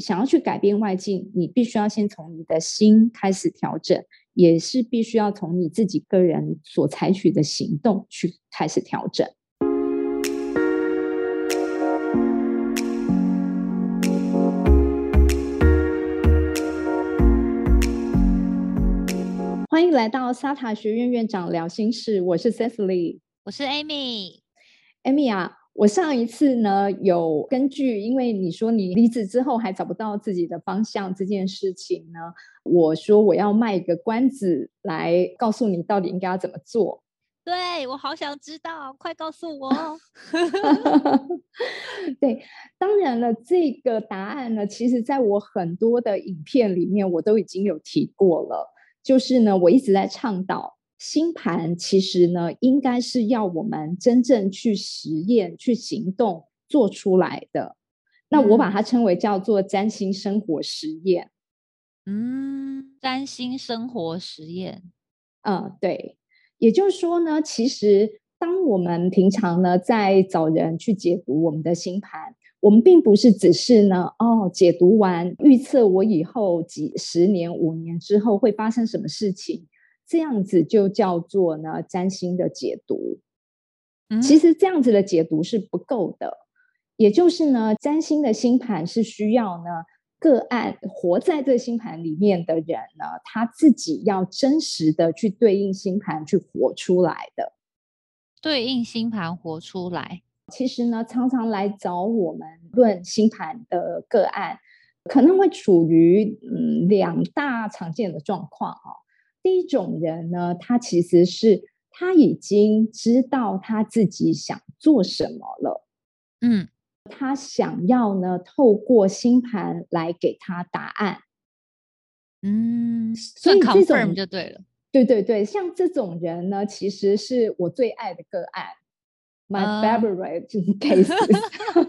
想要去改变外境，你必须要先从你的心开始调整，也是必须要从你自己个人所采取的行动去开始调整。欢迎来到沙塔学院院长聊心事，我是 Cecily， 我是 Amy 啊，我上一次呢有根据，因为你说你离职之后还找不到自己的方向这件事情呢，我说我要卖一个关子来告诉你到底应该要怎么做。 对，我好想知道，快告诉我。 对，当然了，这个答案呢，其实在我很多的影片里面我都已经有提过了，就是呢，我一直在倡导星盘，其实呢，应该是要我们真正去实验、去行动做出来的。那我把它称为叫做占星生活实验。 占星生活实验。 对，也就是说呢，其实当我们平常呢在找人去解读我们的星盘，我们并不是只是呢解读完预测我以后几十年、5年之后会发生什么事情，这样子就叫做呢占星的解读。其实这样子的解读是不够的，也就是呢，占星的星盘是需要呢个案活在这个星盘里面的人呢，他自己要真实的去对应星盘去活出来的。 对应星盘活出来。 其实呢，常常来找我们论星盘的个案，可能会处于两大常见的状况哦。第一种人呢，他其实是他已经知道他自己想做什么了，他想要呢透过星盘来给他答案。所算以这 confirm 种就对了。 对对对，像这种人呢，其实是我最爱的个案。My favorite cases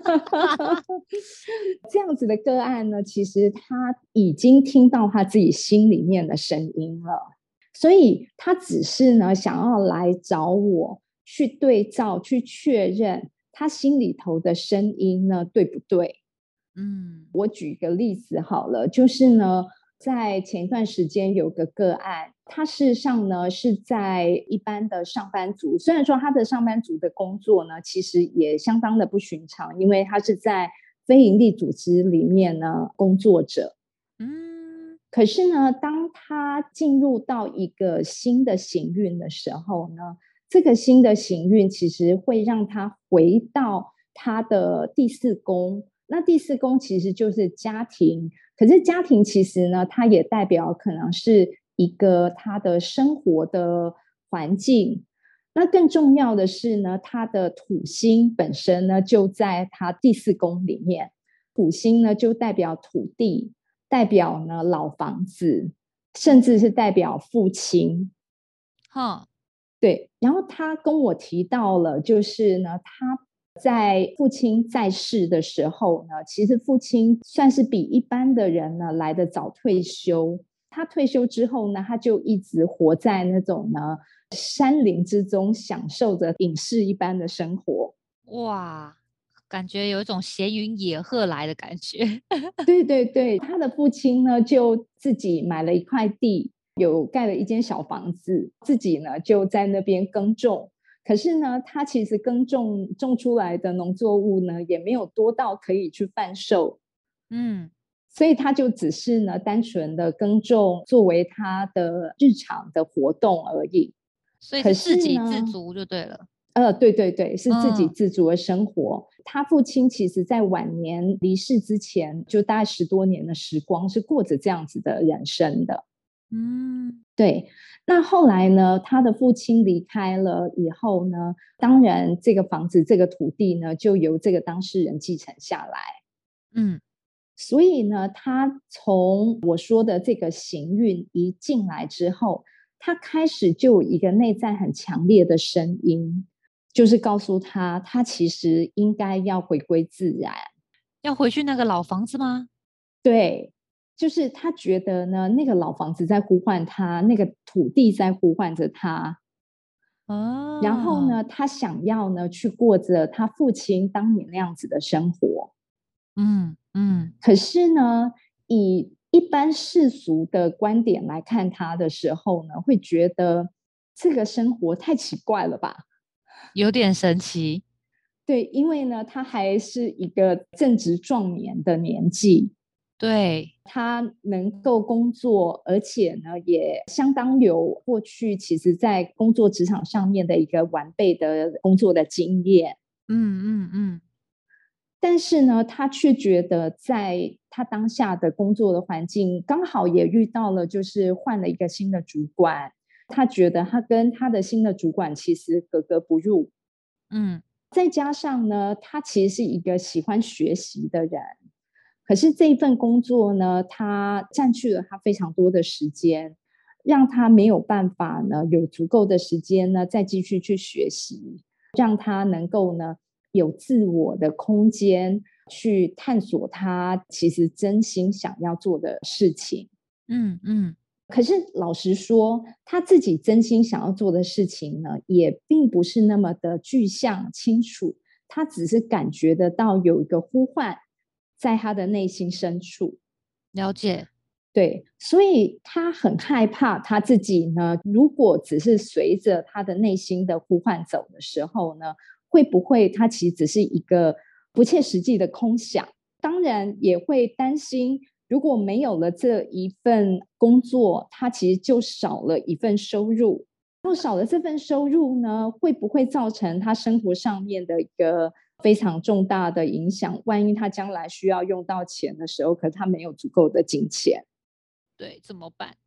这样子的个案呢，其实他已经听到他自己心里面的声音了，所以他只是呢想要来找我去对照、去确认他心里头的声音呢对不对。我举个例子好了，就是呢，在前一段时间有个个案，他事实上呢是在一般的上班族，虽然说他的上班族的工作呢其实也相当的不寻常，因为他是在非营利组织里面呢工作者。可是呢，当他进入到一个新的行运的时候呢，这个新的行运其实会让他回到他的第四宫。那第四宫其实就是家庭，可是家庭其实呢，它也代表可能是一个他的生活的环境。那更重要的是呢，他的土星本身呢就在他第四宫里面，土星呢就代表土地，代表呢老房子，甚至是代表父亲。对，然后他跟我提到了，就是呢，他在父亲在世的时候呢，其实父亲算是比一般的人呢来得早退休。他退休之后呢，他就一直活在那种呢山林之中，享受着隐士一般的生活。 哇，感觉有一种闲云野鹤来的感觉。 对对对，他的父亲呢就自己买了一块地，有盖了一间小房子，自己呢就在那边耕种。可是呢，他其实种出来的农作物呢，也没有多到可以去贩售。所以他就只是呢，单纯的耕种作为他的日常的活动而已。 所以是自给自足就对了。 对对对，是自给自足的生活。他父亲其实在晚年离世之前，就大概10多年的时光是过着这样子的人生的。对。那后来呢，他的父亲离开了以后呢，当然这个房子、这个土地呢，就由这个当事人继承下来。所以呢，他从我说的这个行运一进来之后，他开始就有一个内在很强烈的声音，就是告诉他，他其实应该要回归自然。 要回去那个老房子吗？ 对，就是他觉得呢，那个老房子在呼唤他，那个土地在呼唤着他。然后呢，他想要呢去过着他父亲当年那样子的生活。 可是呢，以一般世俗的观点来看他的时候呢，会觉得这个生活太奇怪了吧？ 有点神奇。 对，因为呢，他还是一个正值壮年的年纪， 对， 他能够工作，而且呢，也相当有过去其实在工作职场上面的一个完备的工作的经验。但是呢，他却觉得在他当下的工作的环境，刚好也遇到了，就是换了一个新的主管。他觉得他跟他的新的主管其实格格不入。再加上呢，他其实是一个喜欢学习的人，可是这一份工作呢，他占据了他非常多的时间，让他没有办法呢有足够的时间呢再继续去学习，让他能够呢有自我的空间去探索他其实真心想要做的事情。可是老实说，他自己真心想要做的事情呢，也并不是那么的具象清楚，他只是感觉得到有一个呼唤在他的内心深处。 了解。 对，所以他很害怕他自己呢，如果只是随着他的内心的呼唤走的时候呢，会不会他其实只是一个不切实际的空想？当然也会担心，如果没有了这一份工作，他其实就少了一份收入。然后少了这份收入呢，会不会造成他生活上面的一个非常重大的影响？万一他将来需要用到钱的时候，可他没有足够的金钱。 对，怎么办？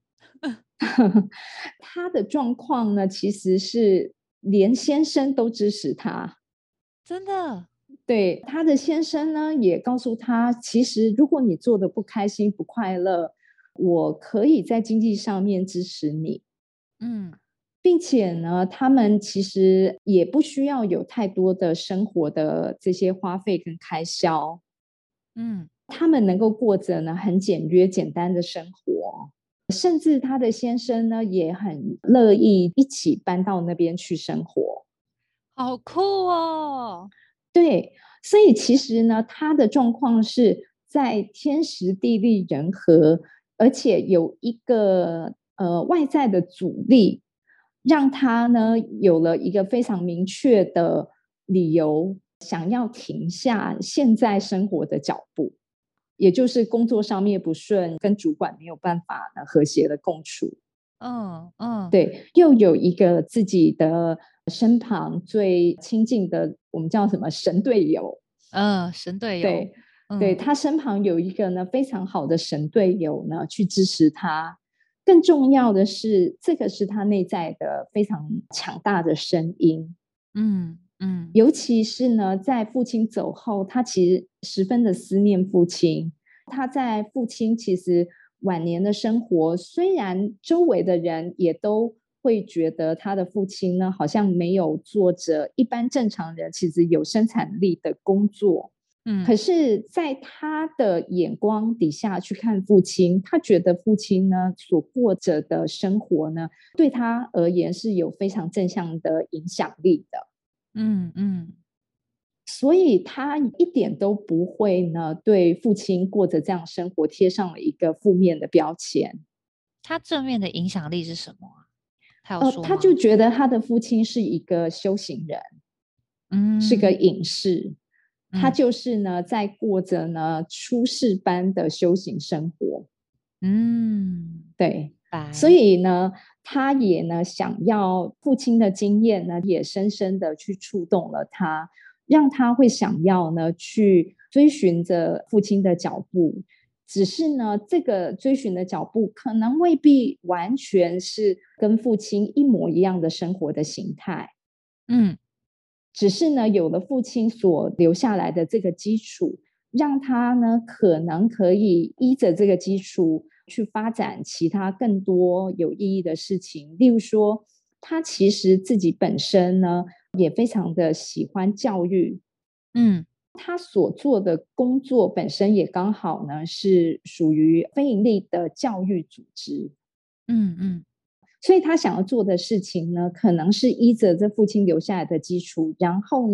他的状况呢，其实是连先生都支持他。 真的。 对，他的先生呢，也告诉他，其实如果你做的不开心、不快乐，我可以在经济上面支持你， 嗯并且呢，他们其实也不需要有太多的生活的这些花费跟开销， 嗯。 他们能够过着呢很简约、简单的生活。甚至他的先生呢，也很乐意一起搬到那边去生活。 好酷哦。 对，所以其实呢，他的状况是在天时地利人和，而且有一个外在的阻力，让他呢有了一个非常明确的理由，想要停下现在生活的脚步，也就是工作上面不顺，跟主管没有办法呢和谐的共处。 嗯。 对，又有一个自己的身旁最亲近的，我们叫什么神队友。 神队友。 对，对， 嗯。 他身旁有一个呢非常好的神队友呢去支持他。更重要的是，这个是他内在的非常强大的声音。尤其是呢，在父亲走后，他其实十分的思念父亲。他在父亲其实晚年的生活，虽然周围的人也都会觉得他的父亲呢，好像没有做着一般正常人其实有生产力的工作。可是在他的眼光底下去看父亲，他觉得父亲呢所过着的生活呢，对他而言是有非常正向的影响力的。 嗯嗯。 所以他一点都不会呢对父亲过着这样生活贴上了一个负面的标签。 他正面的影响力是什么啊？他有说他就吗？ 觉得他的父亲是一个修行人，是个嗯隐士。他嗯就是呢在过着呢出世般的修行生活。 嗯。 对，所白。 以呢，他也呢想要父亲的经验呢，也深深的去触动了他，让他会想要呢去追寻着父亲的脚步。只是呢，这个追寻的脚步可能未必完全是跟父亲一模一样的生活的形态。 嗯只是呢，有了父亲所留下来的这个基础，让他呢可能可以依着这个基础去发展其他更多有意义的事情。例如说，他其实自己本身呢也非常的喜欢教育， 嗯他所做的工作本身也刚好呢是属于非营利的教育组织。 嗯所以他想要做的事情呢，可能是依着这父亲留下来的基础，然后呢，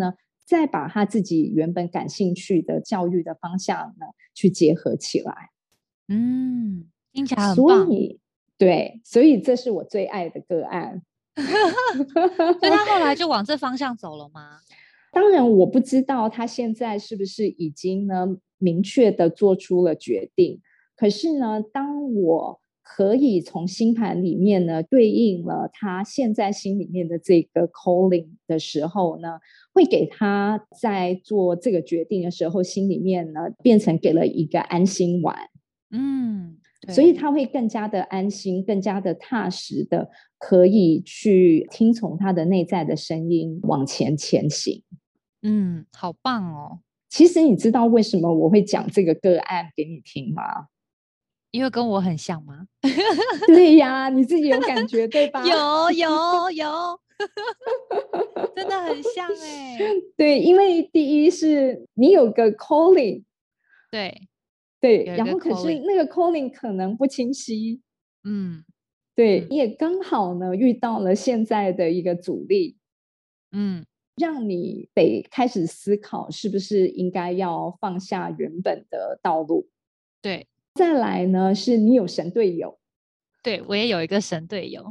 再把他自己原本感兴趣的教育的方向呢去结合起来。 听起来很所棒。 以对，所以这是我最爱的个案。 所以他后来就往这方向走了吗？ 当然我不知道他现在是不是已经呢明确的做出了决定，可是呢当我可以从星盘里面呢对应了他现在心里面的这个 calling 的时候呢，会给他在做这个决定的时候心里面呢变成给了一个安心丸。所以他会更加的安心，更加的踏实的可以去听从他的内在的声音往前前行。 好棒哦。 其实你知道为什么我会讲这个个案给你听吗？ 因为跟我很像吗？ 对呀，你自己有感觉对吧？ 有真的很像对，因为第一是你有个 calling， 对， 对， 有一个然后可是 calling。 那个 calling 可能不清晰， 嗯对，你也刚好呢遇到了现在的一个阻力，让你得开始思考是不是应该要放下原本的道路。 对再来呢是你有神队友。 对，我也有一个神队友。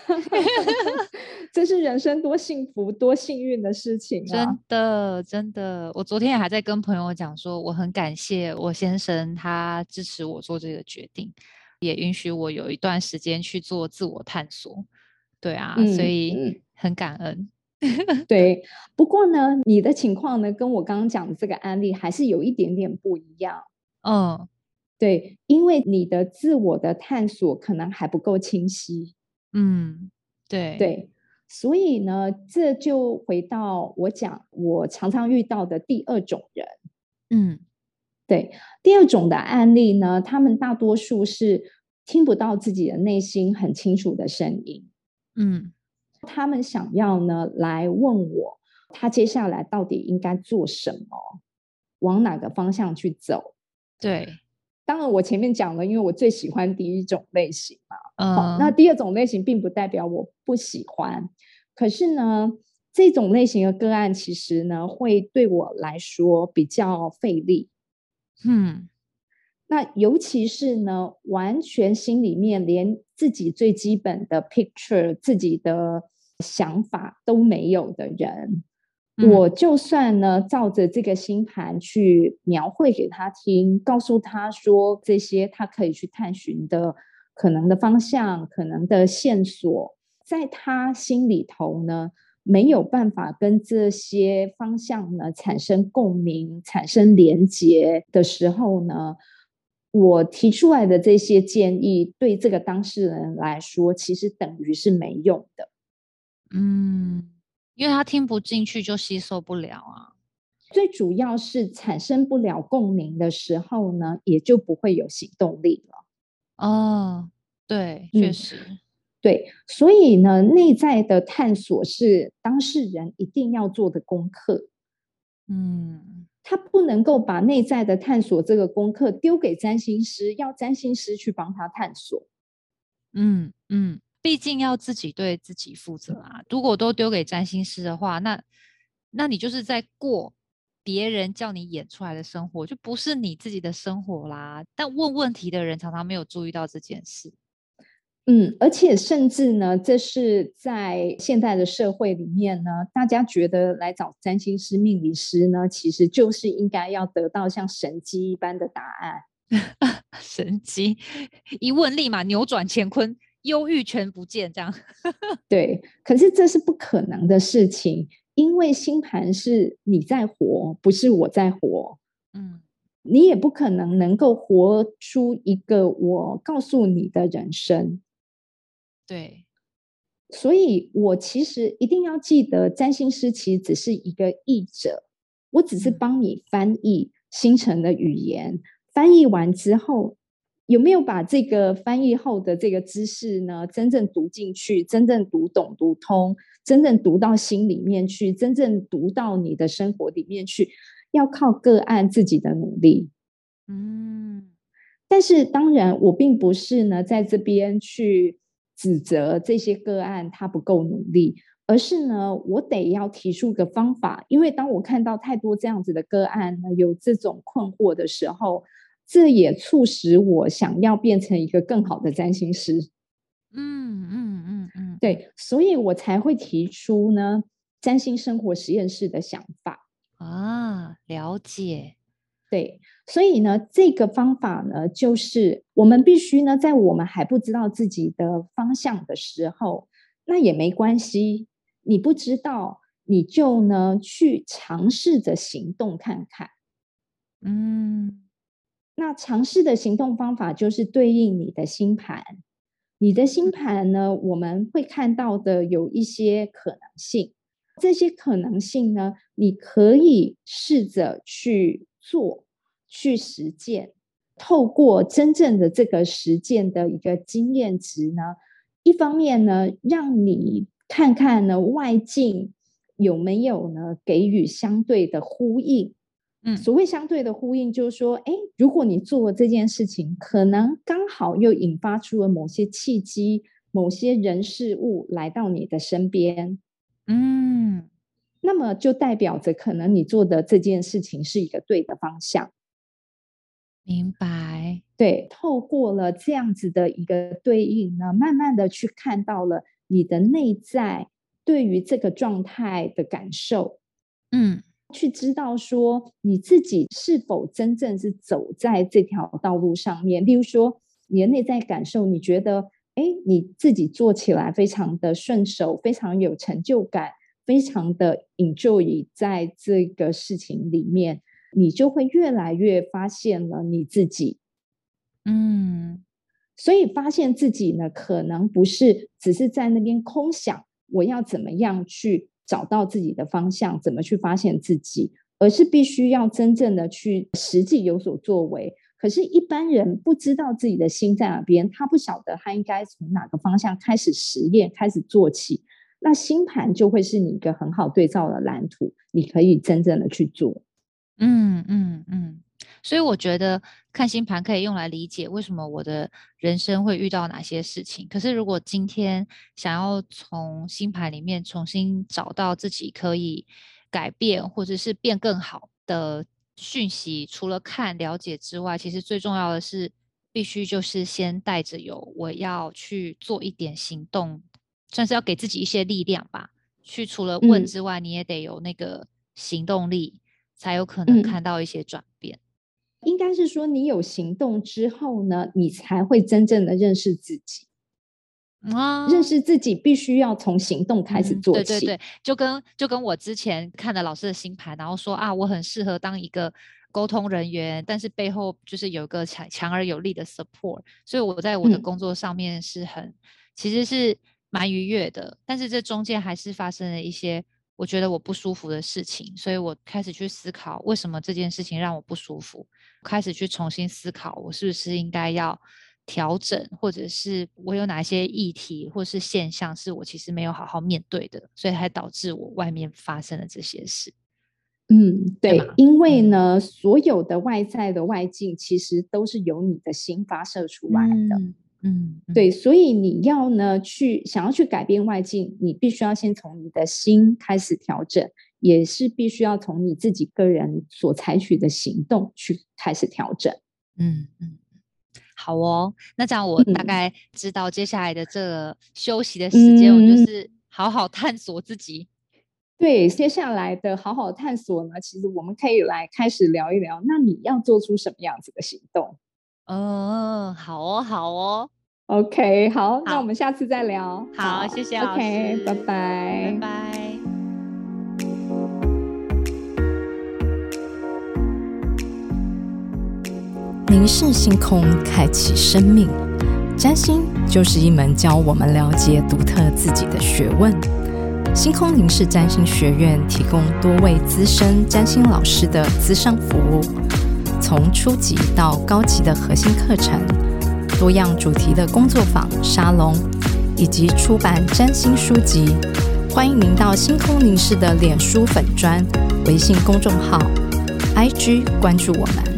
这是人生多幸福多幸运的事情啊。 真的真的，我昨天也还在跟朋友讲说，我很感谢我先生，他支持我做这个决定，也允许我有一段时间去做自我探索。对啊，所以很感恩。 对，不过呢你的情况呢跟我刚刚讲的这个案例还是有一点点不一样。对，因为你的自我的探索可能还不够清晰。 对， 所以呢这就回到我讲我常常遇到的第二种人。对，第二种的案例呢，他们大多数是听不到自己的内心很清楚的声音。他们想要呢来问我，他接下来到底应该做什么，往哪个方向去走。 对， 当然我前面讲了，因为我最喜欢第一种类型嘛。好，那第二种类型并不代表我不喜欢，可是呢这种类型的个案其实呢会对我来说比较费力。那尤其是呢完全心里面连自己最基本的 picture 自己的想法都没有的人，我就算呢照着这个星盘去描绘给他听，告诉他说这些他可以去探寻的可能的方向，可能的线索，在他心里头呢没有办法跟这些方向呢产生共鸣，产生连结的时候呢，我提出来的这些建议对这个当事人来说其实等于是没用的。 因为他听不进去就吸收不了啊。 最主要是产生不了共鸣的时候呢，也就不会有行动力了。 对，确实。 对，所以呢内在的探索是当事人一定要做的功课。他不能够把内在的探索这个功课丢给占星师，要占星师去帮他探索。 毕竟要自己对自己负责啊。如果都丢给占星师的话，那你就是在过别人叫你演出来的生活，就不是你自己的生活啦。但问问题的人常常没有注意到这件事。 而且甚至呢，这是在现代的社会里面呢，大家觉得来找占星师、命理师呢，其实就是应该要得到像神迹一般的答案。 神机一问立马扭转乾坤，忧郁全不见，这样。 对，可是这是不可能的事情，因为星盘是你在活，不是我在活。你也不可能够活出一个我告诉你的人生。 对， 所以我其实一定要记得，占星师其实只是一个译者，我只是帮你翻译星辰的语言。翻译完之后，有没有把这个翻译后的这个知识呢，真正读进去，真正读懂读通，真正读到心里面去，真正读到你的生活里面去，要靠个案自己的努力。但是当然我并不是呢在这边去指责这些个案他不够努力， 而是呢我得要提出个方法，因为当我看到太多这样子的个案呢，有这种困惑的时候，这也促使我想要变成一个更好的占星师。对，所以我才会提出呢占星生活实验室的想法。 了解。 对，所以呢这个方法呢，就是我们必须呢在我们还不知道自己的方向的时候，那也没关系，你不知道你就呢去尝试着行动看看。那尝试的行动方法就是对应你的星盘。你的星盘呢，我们会看到的有一些可能性，这些可能性呢，你可以试着去做，去实践。透过真正的这个实践的一个经验值呢，一方面呢，让你看看呢外境有没有呢给予相对的呼应。所谓相对的呼应，就是说，如果你做了这件事情，可能刚好又引发出了某些契机，某些人事物来到你的身边，那么就代表着可能你做的这件事情是一个对的方向。 明白。 对，透过了这样子的一个对应呢，慢慢的去看到了你的内在对于这个状态的感受。去知道说你自己是否真正是走在这条道路上面。例如说你的内在感受，你觉得你自己做起来非常的顺手，非常有成就感，非常的 enjoy 在这个事情里面，你就会越来越发现了你自己。所以发现自己呢，可能不是只是在那边空想我要怎么样去找到自己的方向，怎么去发现自己，而是必须要真正的去实际有所作为。可是一般人不知道自己的心在哪边，他不晓得他应该从哪个方向开始实验，开始做起，那星盘就会是你一个很好对照的蓝图，你可以真正的去做。 所以我觉得看星盘可以用来理解为什么我的人生会遇到哪些事情。可是如果今天想要从星盘里面重新找到自己可以改变或者是变更好的讯息，除了看了解之外，其实最重要的是必须就是先带着有我要去做一点行动，算是要给自己一些力量吧。去除了问之外，你也得有那个行动力，才有可能看到一些转变。 应该是说你有行动之后呢，你才会真正的认识自己。认识自己必须要从行动开始做起。 对，就跟我之前看了老师的星盘，然后说我很适合当一个沟通人员，但是背后就是有一个强而有力的 support， 所以我在我的工作上面是其实是蛮愉悦的。但是这中间还是发生了一些我觉得我不舒服的事情，所以我开始去思考为什么这件事情让我不舒服，开始去重新思考我是不是应该要调整，或者是我有哪些议题或是现象是我其实没有好好面对的，所以还导致我外面发生了这些事。 对，因为呢所有的外在的外境其实都是由你的心发射出来的。对，所以你要呢想要去改变外境，你必须要先从你的心开始调整，也是必须要从你自己个人所采取的行动去开始调整。 好哦，那这样我大概知道接下来的这个休息的时间，我就是好好探索自己。 对，接下来的好好探索呢，其实我们可以来开始聊一聊，那你要做出什么样子的行动？ 好哦。 OK， 好，那我们下次再聊。 好，谢谢老师。 OK， 拜拜。 拜拜。 凝视星空，开启生命。占星就是一门教我们了解独特自己的学问。星空凝视占星学院提供多位资深占星老师的咨商服务，从初级到高级的核心课程，多样主题的工作坊、沙龙，以及出版占星书籍。欢迎您到星空凝视的脸书粉专、微信公众号、IG 关注我们。